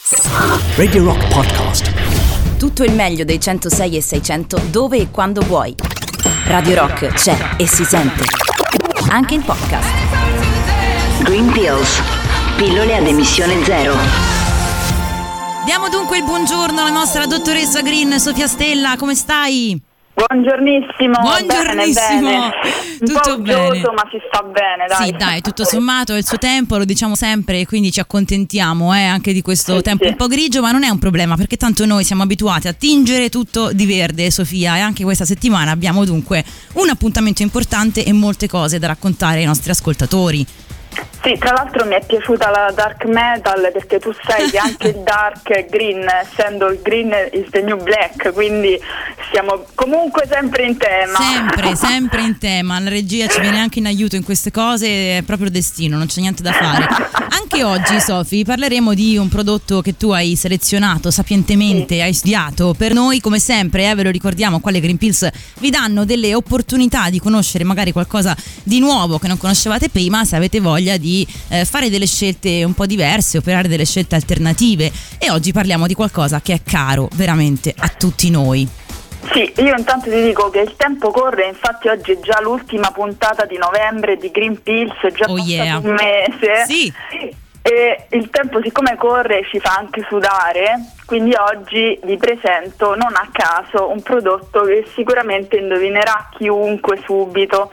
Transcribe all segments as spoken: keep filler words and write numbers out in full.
Radio Rock Podcast. Tutto il meglio dei centosei e seicento dove e quando vuoi. Radio Rock c'è e si sente anche in podcast. Green Pills, pillole ad emissione zero. Diamo dunque il buongiorno alla nostra dottoressa Green, Sofia Stella, come stai? Buongiornissimo. Buongiornissimo. Bene, bene. Un Tutto po' bene. uggioso, ma si sta bene, dai. Sì, dai, tutto sommato è il suo tempo, lo diciamo sempre, e quindi ci accontentiamo eh, anche di questo Sì, tempo sì. un po' grigio, ma non è un problema perché tanto noi siamo abituati a tingere tutto di verde, Sofia, e anche questa settimana abbiamo dunque un appuntamento importante e molte cose da raccontare ai nostri ascoltatori. Sì, tra l'altro mi è piaciuta la dark metal perché tu sai che anche il dark è green, essendo il green is the new black, quindi siamo comunque sempre in tema. Sempre, sempre in tema, la regia ci viene anche in aiuto in queste cose, è proprio destino, non c'è niente da fare. Anche oggi, Sofi, parleremo di un prodotto che tu hai selezionato sapientemente, Sì. hai studiato. Per noi, come sempre, eh, ve lo ricordiamo, qua le Green Pills vi danno delle opportunità di conoscere magari qualcosa di nuovo che non conoscevate prima, se avete voglia di eh, fare delle scelte un po' diverse, operare delle scelte alternative. E oggi parliamo di qualcosa che è caro veramente a tutti noi. Sì, io intanto ti dico che il tempo corre, infatti oggi è già l'ultima puntata di novembre di Green Pills, è già Oh passato yeah. un mese. Sì. E il tempo, siccome corre, ci fa anche sudare, quindi oggi vi presento non a caso un prodotto che sicuramente indovinerà chiunque subito.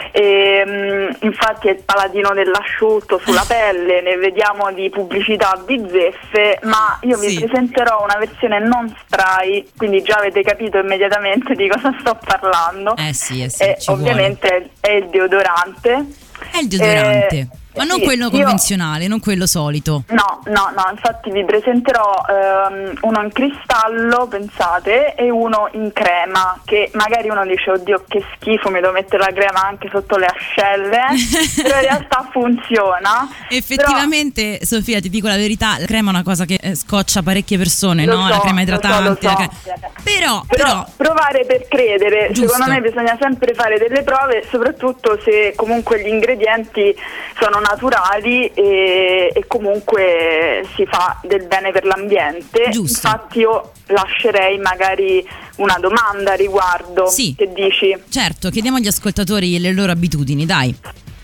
E, um, infatti è il paladino dell'asciutto sulla pelle, ne vediamo di pubblicità bizzeffe, ma io vi Sì. presenterò una versione non spray, quindi già avete capito immediatamente di cosa sto parlando. Eh sì, eh sì, E ci ovviamente è il deodorante. È il deodorante, Eh, ma non sì, quello io- convenzionale, non quello solito. No, no, no, infatti vi presenterò ehm, uno in cristallo, pensate, e uno in crema, che magari uno dice, oddio che schifo, mi devo mettere la crema anche sotto le ascelle, però in realtà funziona. Effettivamente, Sofia, ti dico la verità, la crema è una cosa che eh, scoccia parecchie persone, Lo no? so, La crema lo so, idratante. lo so. la crema- Però, Però, però, provare per credere, Giusto. secondo me bisogna sempre fare delle prove, soprattutto se comunque gli ingredienti sono naturali e, e comunque si fa del bene per l'ambiente. Giusto. Infatti io lascerei magari una domanda a riguardo. Sì. Che dici? certo, chiediamo agli ascoltatori le loro abitudini, dai.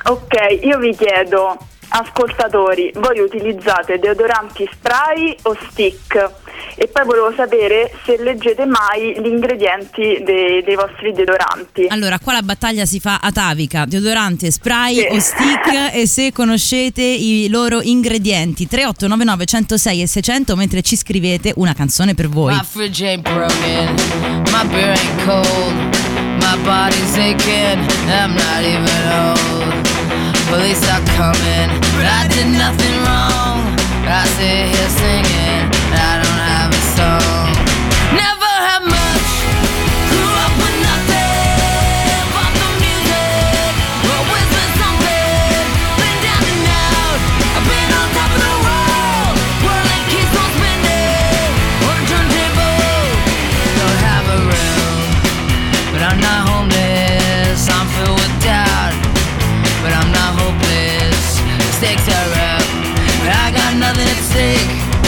Ok, io vi chiedo, ascoltatori, voi utilizzate deodoranti spray o stick? E poi volevo sapere se leggete mai gli ingredienti dei, dei vostri deodoranti. Allora, qua la battaglia si fa atavica, deodorante, spray Sì. o stick, e se conoscete i loro ingredienti. Tre otto nove nove uno zero sei e seicento mentre ci scrivete una canzone per voi. My fridge ain't broken, my beer ain't cold, my body's aching, I'm not even old. Police are coming, but I did nothing wrong. I sit here singing, I don't have a song. Never had much, grew up with nothing but the music. Always been something, been down and out. I've been on top of the world, world that keeps on spinning. On a turntable, don't have a room, but I'm not homeless. I'm filled with doubt, but I'm not hopeless. Stakes are up, but I got nothing at stake.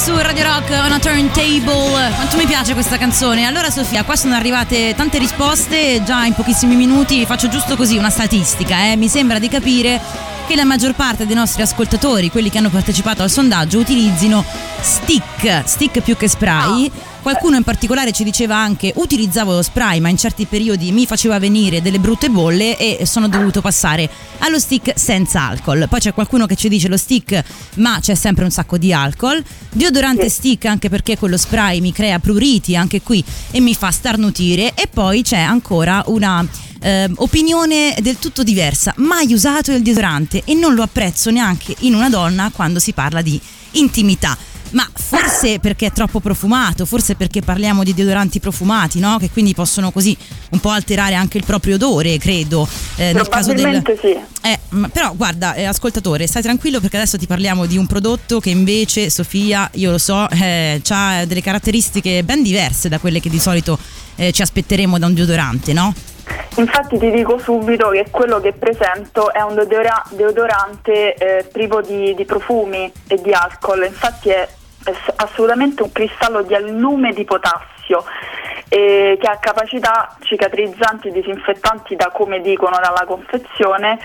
su Radio Rock on a Turntable. Quanto mi piace questa canzone. Allora Sofia, qua sono arrivate tante risposte già in pochissimi minuti. Faccio giusto così una statistica, eh. Mi sembra di capire che la maggior parte dei nostri ascoltatori, quelli che hanno partecipato al sondaggio, utilizzino stick, stick più che spray. Qualcuno in particolare ci diceva anche: utilizzavo lo spray ma in certi periodi mi faceva venire delle brutte bolle e sono dovuto passare allo stick senza alcol. Poi c'è qualcuno che ci dice lo stick ma c'è sempre un sacco di alcol. Deodorante stick anche perché con lo spray mi crea pruriti anche qui e mi fa starnutire. E poi c'è ancora una eh, opinione del tutto diversa: mai usato il deodorante e non lo apprezzo neanche in una donna quando si parla di intimità. Ma forse perché è troppo profumato, forse perché parliamo di deodoranti profumati, no? Che quindi possono così un po' alterare anche il proprio odore, credo. Eh, nel caso del... sì. Eh, però guarda, eh, ascoltatore, stai tranquillo perché adesso ti parliamo di un prodotto che invece, Sofia, io lo so, eh, ha delle caratteristiche ben diverse da quelle che di solito eh, ci aspetteremo da un deodorante, no? Infatti ti dico subito che quello che presento è un deodora- deodorante eh, privo di, di profumi e di alcol. Infatti è, è assolutamente un cristallo di allume di potassio eh, che ha capacità cicatrizzanti e disinfettanti, da come dicono dalla confezione,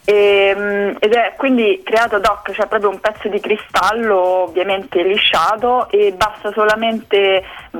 e, ed è quindi creato ad hoc, cioè proprio un pezzo di cristallo ovviamente lisciato, e basta solamente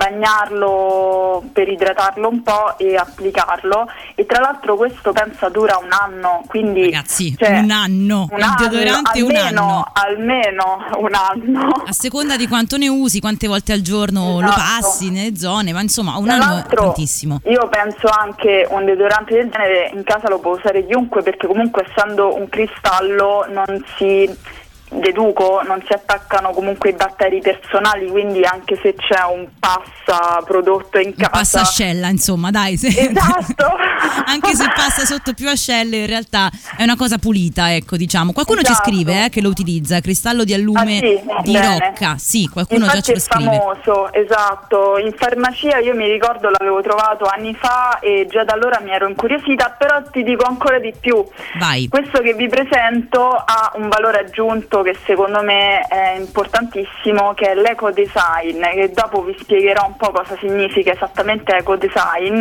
bagnarlo per idratarlo un po' e applicarlo. E tra l'altro questo pensa dura un anno, quindi ragazzi, cioè, un anno un il anno, deodorante almeno, un anno almeno un anno, a seconda di quanto ne usi, quante volte al giorno esatto. lo passi nelle zone, ma insomma un tra anno l'altro, è tantissimo. Io penso anche un deodorante del genere in casa lo può usare chiunque, perché comunque essendo un cristallo non si deduco non si attaccano comunque i batteri personali, quindi anche se c'è un passa prodotto in casa, un passascella, insomma, dai, se... esatto. anche se passa sotto più ascelle in realtà è una cosa pulita, ecco, diciamo. Qualcuno esatto. ci scrive eh, che lo utilizza, cristallo di allume ah, sì, di bene. Rocca, sì, qualcuno infatti già ce lo scrive. è famoso, esatto, in farmacia io mi ricordo l'avevo trovato anni fa e già da allora mi ero incuriosita, però ti dico ancora di più. Vai. Questo che vi presento ha un valore aggiunto che secondo me è importantissimo, che è l'eco design, che dopo vi spiegherò un po' cosa significa esattamente eco design.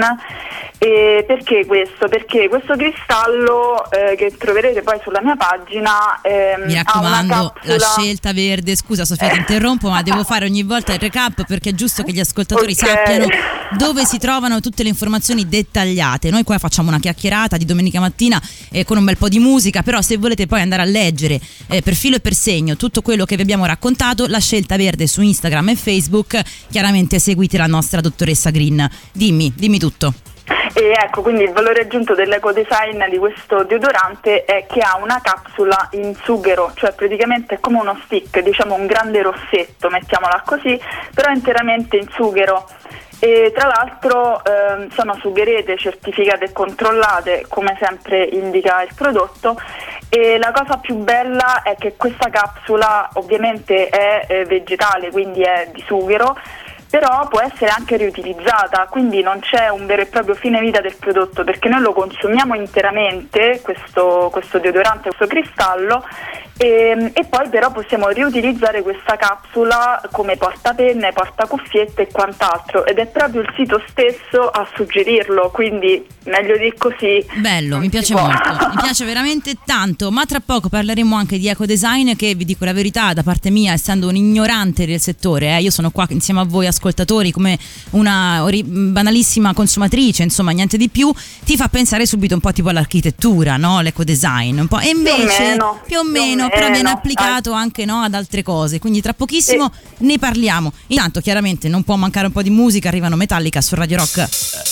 E perché questo? Perché questo cristallo eh, che troverete poi sulla mia pagina ehm, mi raccomando, ha una capsula... la scelta verde, scusa Sofia ti interrompo ma devo fare ogni volta il recap perché è giusto che gli ascoltatori okay. sappiano dove si trovano tutte le informazioni dettagliate. Noi qua facciamo una chiacchierata di domenica mattina eh, con un bel po' di musica, però se volete poi andare a leggere eh, per filo e per segno tutto quello che vi abbiamo raccontato, la scelta verde su Instagram e Facebook, chiaramente seguite la nostra dottoressa Green. Dimmi, dimmi tutto. E ecco, quindi il valore aggiunto dell'eco design di questo deodorante è che ha una capsula in sughero, cioè praticamente è come uno stick, diciamo un grande rossetto, mettiamola così, però interamente in sughero. E tra l'altro eh, sono sugherete certificate e controllate, come sempre indica il prodotto. E la cosa più bella è che questa capsula ovviamente è eh, vegetale, quindi è di sughero, però può essere anche riutilizzata, quindi non c'è un vero e proprio fine vita del prodotto, perché noi lo consumiamo interamente, questo, questo deodorante, questo cristallo, e, e poi però possiamo riutilizzare questa capsula come portapenne, portacuffiette e quant'altro, ed è proprio il sito stesso a suggerirlo, quindi meglio di così. Bello, mi piace molto, mi piace veramente tanto, ma tra poco parleremo anche di eco design, che vi dico la verità, da parte mia, essendo un ignorante del settore, eh, io sono qua insieme a voi ascoltatori come una ori- banalissima consumatrice, insomma niente di più, ti fa pensare subito un po' tipo all'architettura, no? L'eco design un po', e invece più o meno, più o meno più o però meno. viene applicato eh. anche no, ad altre cose, quindi tra pochissimo sì. ne parliamo. Intanto chiaramente non può mancare un po' di musica, arrivano Metallica su Radio Rock.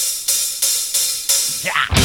Yeah.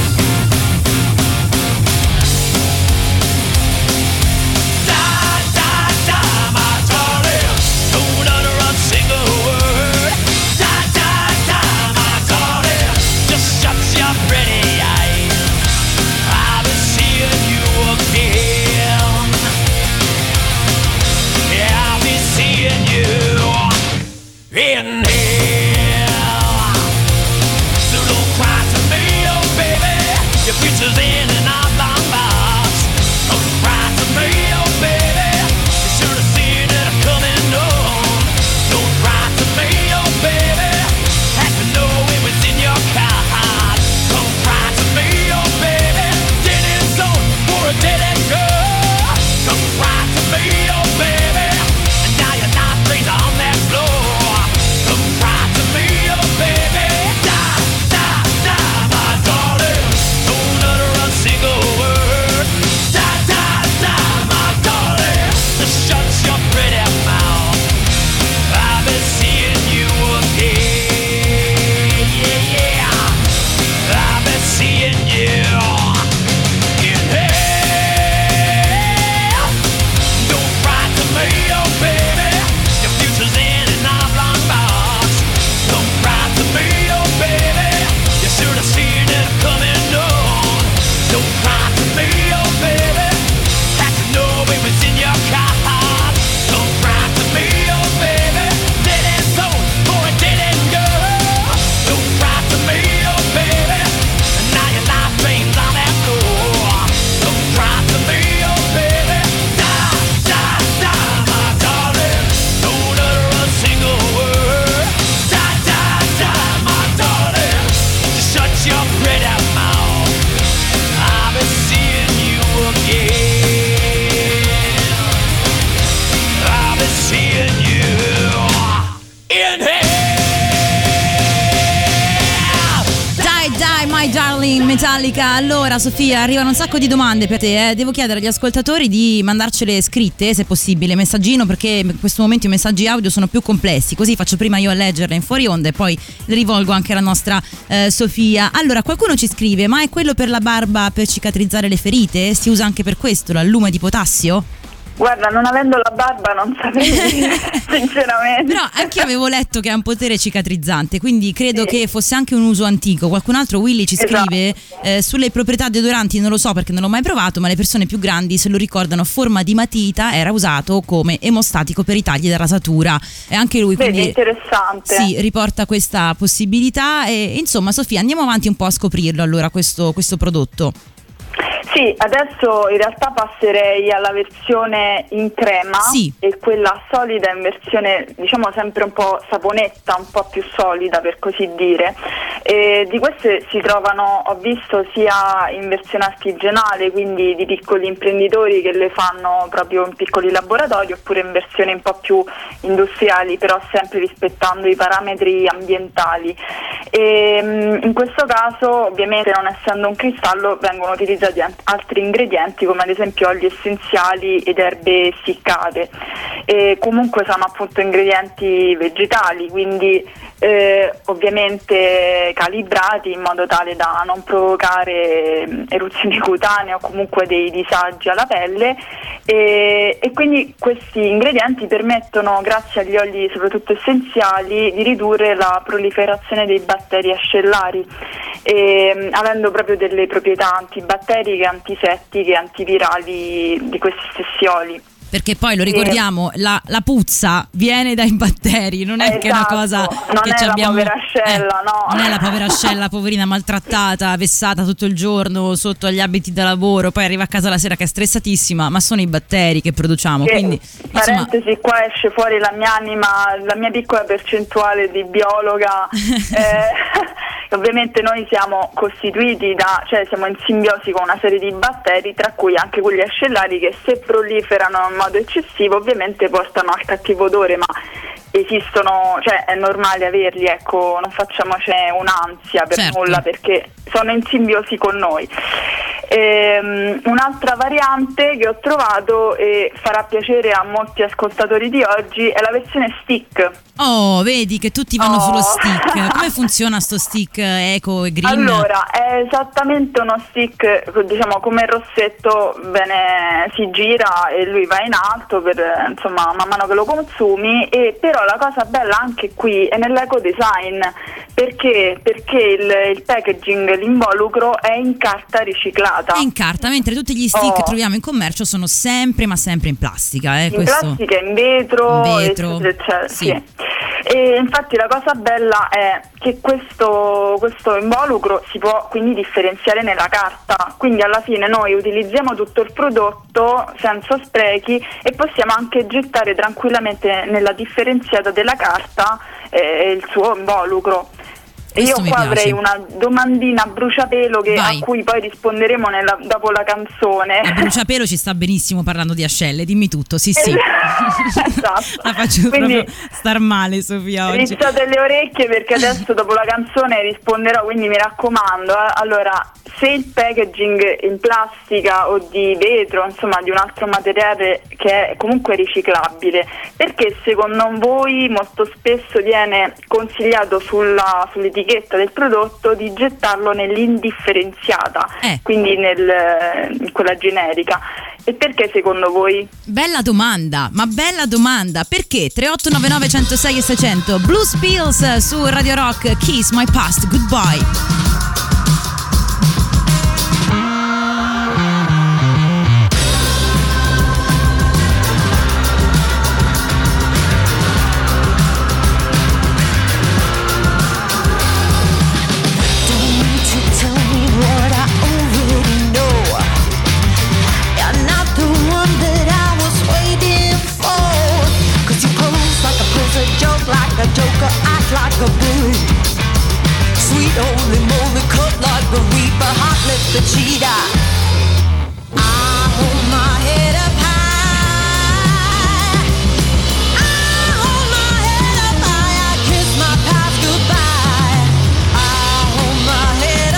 In here, so don't cry to me, oh baby. Your future's in an oblong box. Don't cry to me, oh baby. You should have seen it coming on. Die My Darling, Metallica. Allora Sofia, arrivano un sacco di domande per te, eh. Devo chiedere agli ascoltatori di mandarcele scritte se possibile, messaggino, perché in questo momento i messaggi audio sono più complessi, così faccio prima io a leggerle in fuori onda e poi le rivolgo anche alla nostra eh, Sofia. Allora qualcuno ci scrive: ma è quello per la barba per cicatrizzare le ferite? Si usa anche per questo l'allume di potassio? Guarda, non avendo la barba non saprei dire, sinceramente. Però anche io avevo letto che ha un potere cicatrizzante, quindi credo sì. che fosse anche un uso antico. Qualcun altro, Willy, ci scrive esatto. eh, sulle proprietà deodoranti, non lo so perché non l'ho mai provato, ma le persone più grandi se lo ricordano, a forma di matita, era usato come emostatico per i tagli da rasatura. E anche lui, Vedi, quindi interessante. Sì, riporta questa possibilità e insomma Sofia, andiamo avanti un po' a scoprirlo allora questo, questo prodotto. Sì, adesso in realtà passerei alla versione in crema sì. e quella solida in versione, diciamo, sempre un po' saponetta, un po' più solida per così dire. E di queste si trovano, ho visto, sia in versione artigianale, quindi di piccoli imprenditori che le fanno proprio in piccoli laboratori, oppure in versioni un po' più industriali, però sempre rispettando i parametri ambientali. E in questo caso, ovviamente, non essendo un cristallo, vengono utilizzati altri ingredienti come ad esempio oli essenziali ed erbe essiccate, e comunque sono appunto ingredienti vegetali, quindi eh, ovviamente calibrati in modo tale da non provocare eruzioni cutanee o comunque dei disagi alla pelle, e, e quindi questi ingredienti permettono, grazie agli oli soprattutto essenziali, di ridurre la proliferazione dei batteri ascellari, e, avendo proprio delle proprietà antibatteriche, antisettiche, antivirali di questi stessi oli. Perché poi lo ricordiamo, eh. la, la puzza viene dai batteri, non è esatto. che è una cosa non che è la abbiamo, povera ascella, eh, no. Non è la povera ascella, poverina, maltrattata, vessata tutto il giorno sotto agli abiti da lavoro, poi arriva a casa la sera che è stressatissima, ma sono i batteri che produciamo. Che, quindi, parentesi, insomma, qua esce fuori la mia anima, la mia piccola percentuale di biologa. eh, Ovviamente noi siamo costituiti da, cioè siamo in simbiosi con una serie di batteri, tra cui anche quelli ascellari, che se proliferano in modo eccessivo ovviamente portano al cattivo odore, ma esistono, cioè è normale averli, ecco, non facciamoci un'ansia per certo. nulla, perché sono in simbiosi con noi. Ehm, un'altra variante che ho trovato e farà piacere a molti ascoltatori di oggi è la versione stick. Oh, vedi che tutti vanno oh. sullo stick. Come funziona sto stick eco e green? Allora, è esattamente uno stick, diciamo, come il rossetto, bene, si gira e lui va in alto per, insomma, man mano che lo consumi. E però la cosa bella anche qui è nell'eco design, perché perché il, il packaging, l'involucro è in carta riciclata. È in carta, mentre tutti gli stick oh. che troviamo in commercio sono sempre ma sempre in plastica, eh, in questo... plastica, in vetro, in vetro eccetera, eccetera, sì. sì. E infatti la cosa bella è che questo, questo involucro si può quindi differenziare nella carta, quindi alla fine noi utilizziamo tutto il prodotto senza sprechi e possiamo anche gettare tranquillamente nella differenziata della carta eh, il suo involucro. E io qua avrei una domandina a bruciapelo che, a cui poi risponderemo nella, dopo la canzone. A bruciapelo ci sta benissimo parlando di ascelle, dimmi tutto, sì sì. Esatto. La faccio quindi proprio star male, Sofia, oggi. Rizzate le orecchie perché adesso dopo la canzone risponderò, quindi mi raccomando. Eh. Allora, se il packaging in plastica o di vetro, insomma di un altro materiale che è comunque riciclabile, perché secondo voi molto spesso viene consigliato sulla, sull'etichetta del prodotto di gettarlo nell'indifferenziata, eh. quindi nel, in quella generica? E perché secondo voi? Bella domanda, ma bella domanda. Perché? tre otto nove nove uno zero sei e seicento Blues Pills su Radio Rock. Kiss My Past Goodbye. Like a bully, sweet holy moly, cut like a reaper, hot lip the cheetah. I hold my head up high, I hold my head up high, I kiss my past goodbye. I hold my head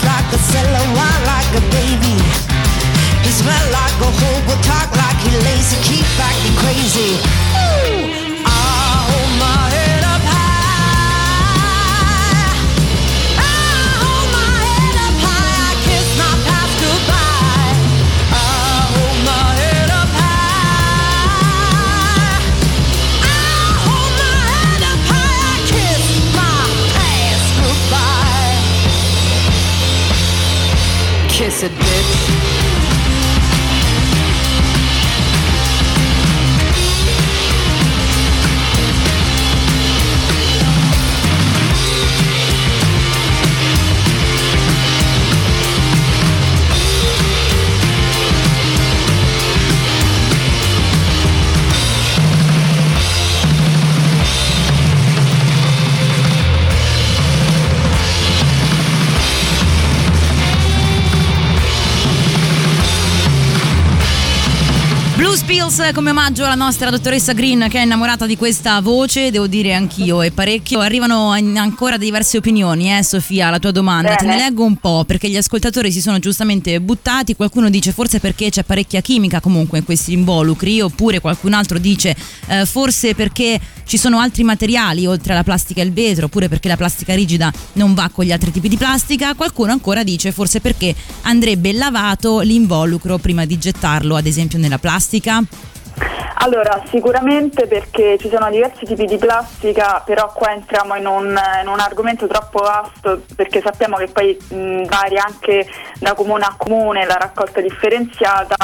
like a cellar, wild like a baby. He smell like a hoe, but talk like he lazy, keep acting crazy. Ooh, I hold my head up high. I hold my head up high. I kiss my past goodbye. I hold my head up high. I hold my head up high. I kiss my past goodbye. Kiss it, bitch. Blues Pills come omaggio alla nostra dottoressa Green, che è innamorata di questa voce, devo dire anch'io, e parecchio. Arrivano ancora diverse opinioni, eh Sofia, alla tua domanda. Bene. Te ne leggo un po', perché gli ascoltatori si sono giustamente buttati. Qualcuno dice forse perché c'è parecchia chimica comunque in questi involucri, oppure qualcun altro dice eh, forse perché ci sono altri materiali oltre alla plastica e il vetro, oppure perché la plastica rigida non va con gli altri tipi di plastica. Qualcuno ancora dice forse perché andrebbe lavato l'involucro prima di gettarlo, ad esempio nella plastica. Allora, sicuramente perché ci sono diversi tipi di plastica, però qua entriamo in un, in un argomento troppo vasto, perché sappiamo che poi mh, varia anche da comune a comune la raccolta differenziata,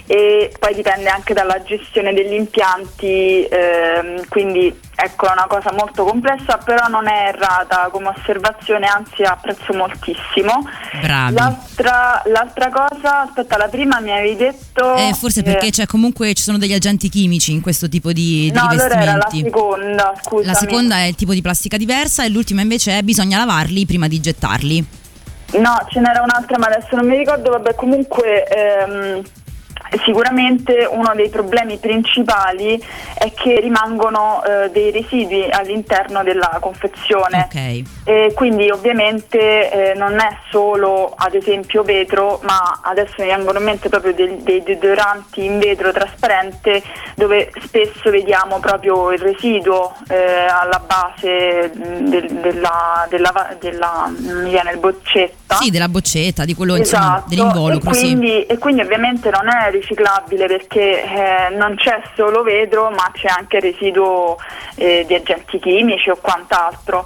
e poi dipende anche dalla gestione degli impianti, ehm, quindi ecco, è una cosa molto complessa, però non è errata come osservazione, anzi apprezzo moltissimo. Bravi. L'altra, l'altra cosa, aspetta, la prima mi avevi detto... Eh, forse perché eh, c'è comunque ci sono degli agenti chimici in questo tipo di, di no, rivestimenti. No, allora era la seconda, scusami. La seconda è il tipo di plastica diversa, e l'ultima invece è bisogna lavarli prima di gettarli. No, ce n'era un'altra, ma adesso non mi ricordo, vabbè, comunque... Ehm, sicuramente uno dei problemi principali è che rimangono eh, dei residui all'interno della confezione. Okay. E quindi ovviamente eh, non è solo ad esempio vetro, ma adesso mi vengono in mente proprio dei, dei deodoranti in vetro trasparente, dove spesso vediamo proprio il residuo eh, alla base del, della, della, della mi viene il boccetta. Sì, della boccetta, di quello esatto. Insomma, dell'involucro. E quindi, sì. e quindi ovviamente non è riciclabile, perché eh, non c'è solo vetro, ma c'è anche residuo eh, di agenti chimici o quant'altro.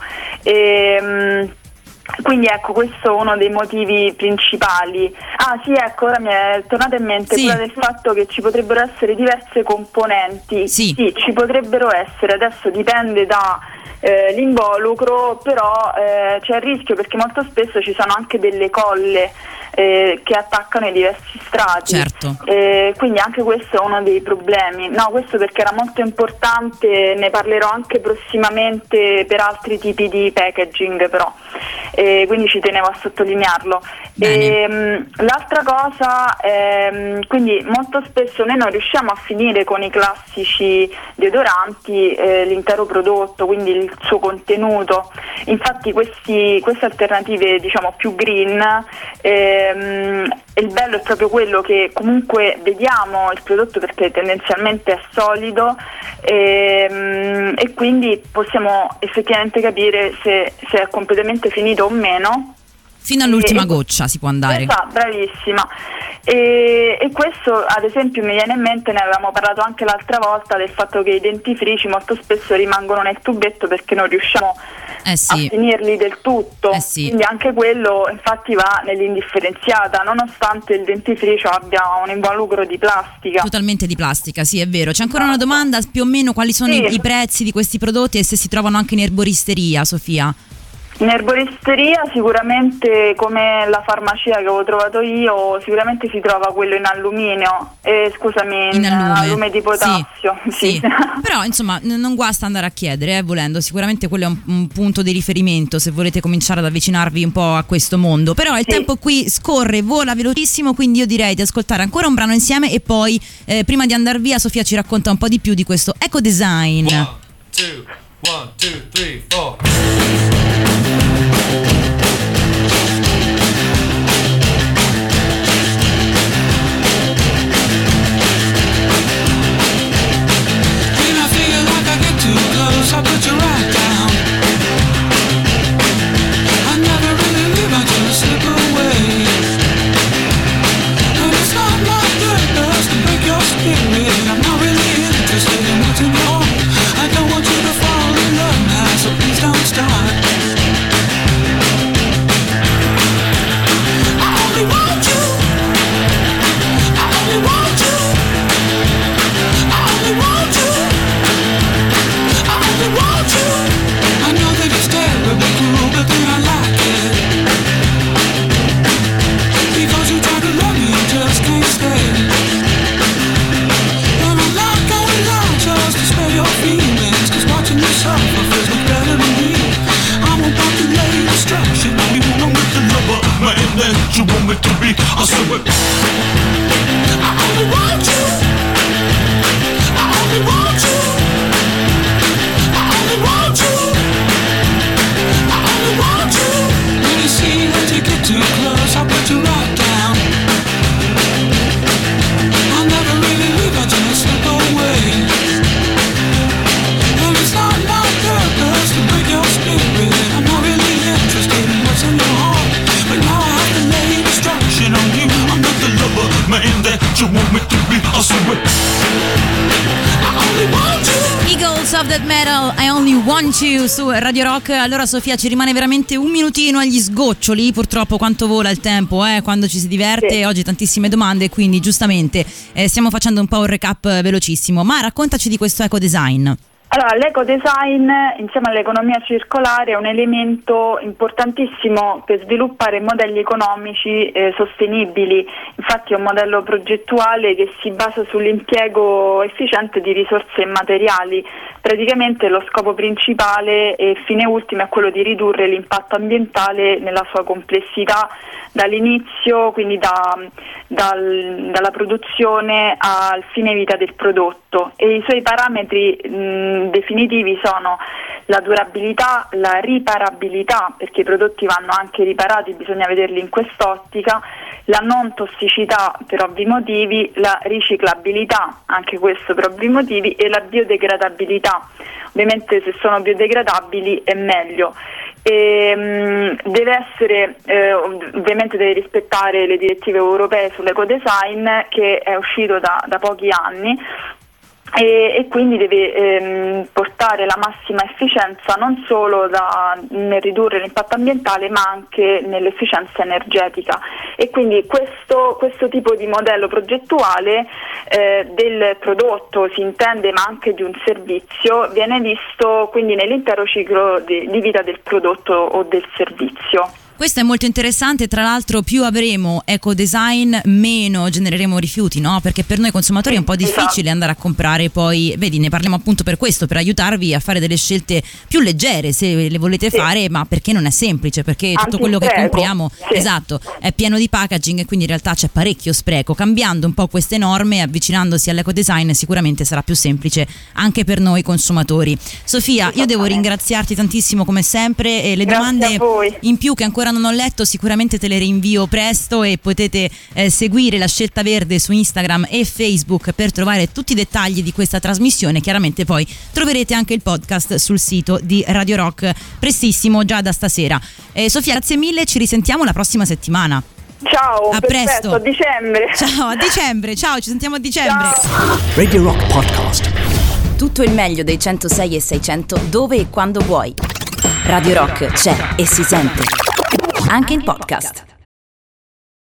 E, mh, quindi ecco, questo è uno dei motivi principali. Ah sì, ecco, ora mi è tornato in mente sì. quella del fatto che ci potrebbero essere diverse componenti. Sì, sì ci potrebbero essere, adesso dipende da eh, l'involucro, però eh, c'è il rischio, perché molto spesso ci sono anche delle colle Eh, che attaccano i diversi strati. Certo. Eh, quindi anche questo è uno dei problemi. No, questo perché era molto importante, ne parlerò anche prossimamente per altri tipi di packaging, però eh, quindi ci tenevo a sottolinearlo. E, mh, l'altra cosa, ehm, quindi molto spesso noi non riusciamo a finire con i classici deodoranti eh, l'intero prodotto, quindi il suo contenuto. Infatti questi, queste alternative, diciamo, più green, eh, il bello è proprio quello che comunque vediamo il prodotto, perché tendenzialmente è solido, e, e quindi possiamo effettivamente capire se, se è completamente finito o meno. Fino all'ultima e, goccia si può andare. Esatto, bravissima. E, e questo ad esempio mi viene in mente, ne avevamo parlato anche l'altra volta, del fatto che i dentifrici molto spesso rimangono nel tubetto perché non riusciamo eh sì. a finirli del tutto, eh sì. quindi anche quello infatti va nell'indifferenziata, nonostante il dentifricio abbia un involucro di plastica. Totalmente di plastica, sì, è vero. C'è ancora una domanda, più o meno quali sono sì. i, i prezzi di questi prodotti e se si trovano anche in erboristeria, Sofia? In erboristeria sicuramente, come la farmacia che avevo trovato io, sicuramente si trova quello in alluminio, eh, scusami, in, in allume. allume di potassio. Sì, sì. sì. Però insomma n- non guasta andare a chiedere, eh, volendo, sicuramente quello è un, un punto di riferimento se volete cominciare ad avvicinarvi un po' a questo mondo. Però il sì. tempo qui scorre, vola velocissimo, quindi io direi di ascoltare ancora un brano insieme e poi eh, prima di andare via Sofia ci racconta un po' di più di questo eco design. One, two, one, two, three, four. that you want me to be. I swear I only want you. I only want you. I only want you. I only want you. When you see that you get too close, I'll put you right down. I'll never really leave, I just slip away. And it's not my purpose to break your spirit. I'm not really interested in what's in your heart. But now I have to lay destruction on you. I'm not the lover, man, that you want me to be. I swear I only want you. Eagles of Death Metal, I Only Want You su Radio Rock. Allora Sofia, ci rimane veramente un minutino agli sgoccioli, purtroppo quanto vola il tempo eh, quando ci si diverte, Sì. Oggi tantissime domande, quindi giustamente eh, stiamo facendo un po' un recap velocissimo, ma raccontaci di questo eco design. Allora, l'ecodesign insieme all'economia circolare è un elemento importantissimo per sviluppare modelli economici eh, sostenibili. Infatti è un modello progettuale che si basa sull'impiego efficiente di risorse immateriali. Praticamente lo scopo principale e fine ultimo è quello di ridurre l'impatto ambientale nella sua complessità dall'inizio, quindi da, dal, dalla produzione al fine vita del prodotto, e i suoi parametri mh, definitivi sono la durabilità, la riparabilità, perché i prodotti vanno anche riparati, bisogna vederli in quest'ottica, la non tossicità per ovvi motivi, la riciclabilità, anche questo per ovvi motivi, e la biodegradabilità. Ovviamente se sono biodegradabili è meglio. E, mh, deve essere eh, ovviamente deve rispettare le direttive europee sull'ecodesign, che è uscito da, da pochi anni, e, e quindi deve ehm, portare la massima efficienza non solo da, nel ridurre l'impatto ambientale, ma anche nell'efficienza energetica. E quindi questo, questo tipo di modello progettuale eh, del prodotto, si intende, ma anche di un servizio, viene visto quindi nell'intero ciclo di, di vita del prodotto o del servizio. Questo è molto interessante, tra l'altro più avremo eco design meno genereremo rifiuti, no? Perché per noi consumatori è un po' difficile andare a comprare, poi vedi, ne parliamo appunto per questo, per aiutarvi a fare delle scelte più leggere se le volete sì. fare, ma perché non è semplice, perché tutto quello che compriamo sì. esatto, è pieno di packaging e quindi in realtà c'è parecchio spreco. Cambiando un po' queste norme, avvicinandosi all'eco design, sicuramente sarà più semplice anche per noi consumatori. Sofia, io devo ringraziarti tantissimo come sempre, e le Grazie domande in più che ancora non ho letto sicuramente te le rinvio presto, e potete eh, seguire La Scelta Verde su Instagram e Facebook per trovare tutti i dettagli di questa trasmissione. Chiaramente poi troverete anche il podcast sul sito di Radio Rock prestissimo, già da stasera. eh, Sofia, grazie mille, ci risentiamo la prossima settimana. Ciao, a perfetto, presto, a dicembre. Ciao, a dicembre, ciao, ci sentiamo a dicembre. Ciao. Radio Rock Podcast. Tutto il meglio dei centosei e seicento dove e quando vuoi. Radio Rock c'è e si sente anche in podcast.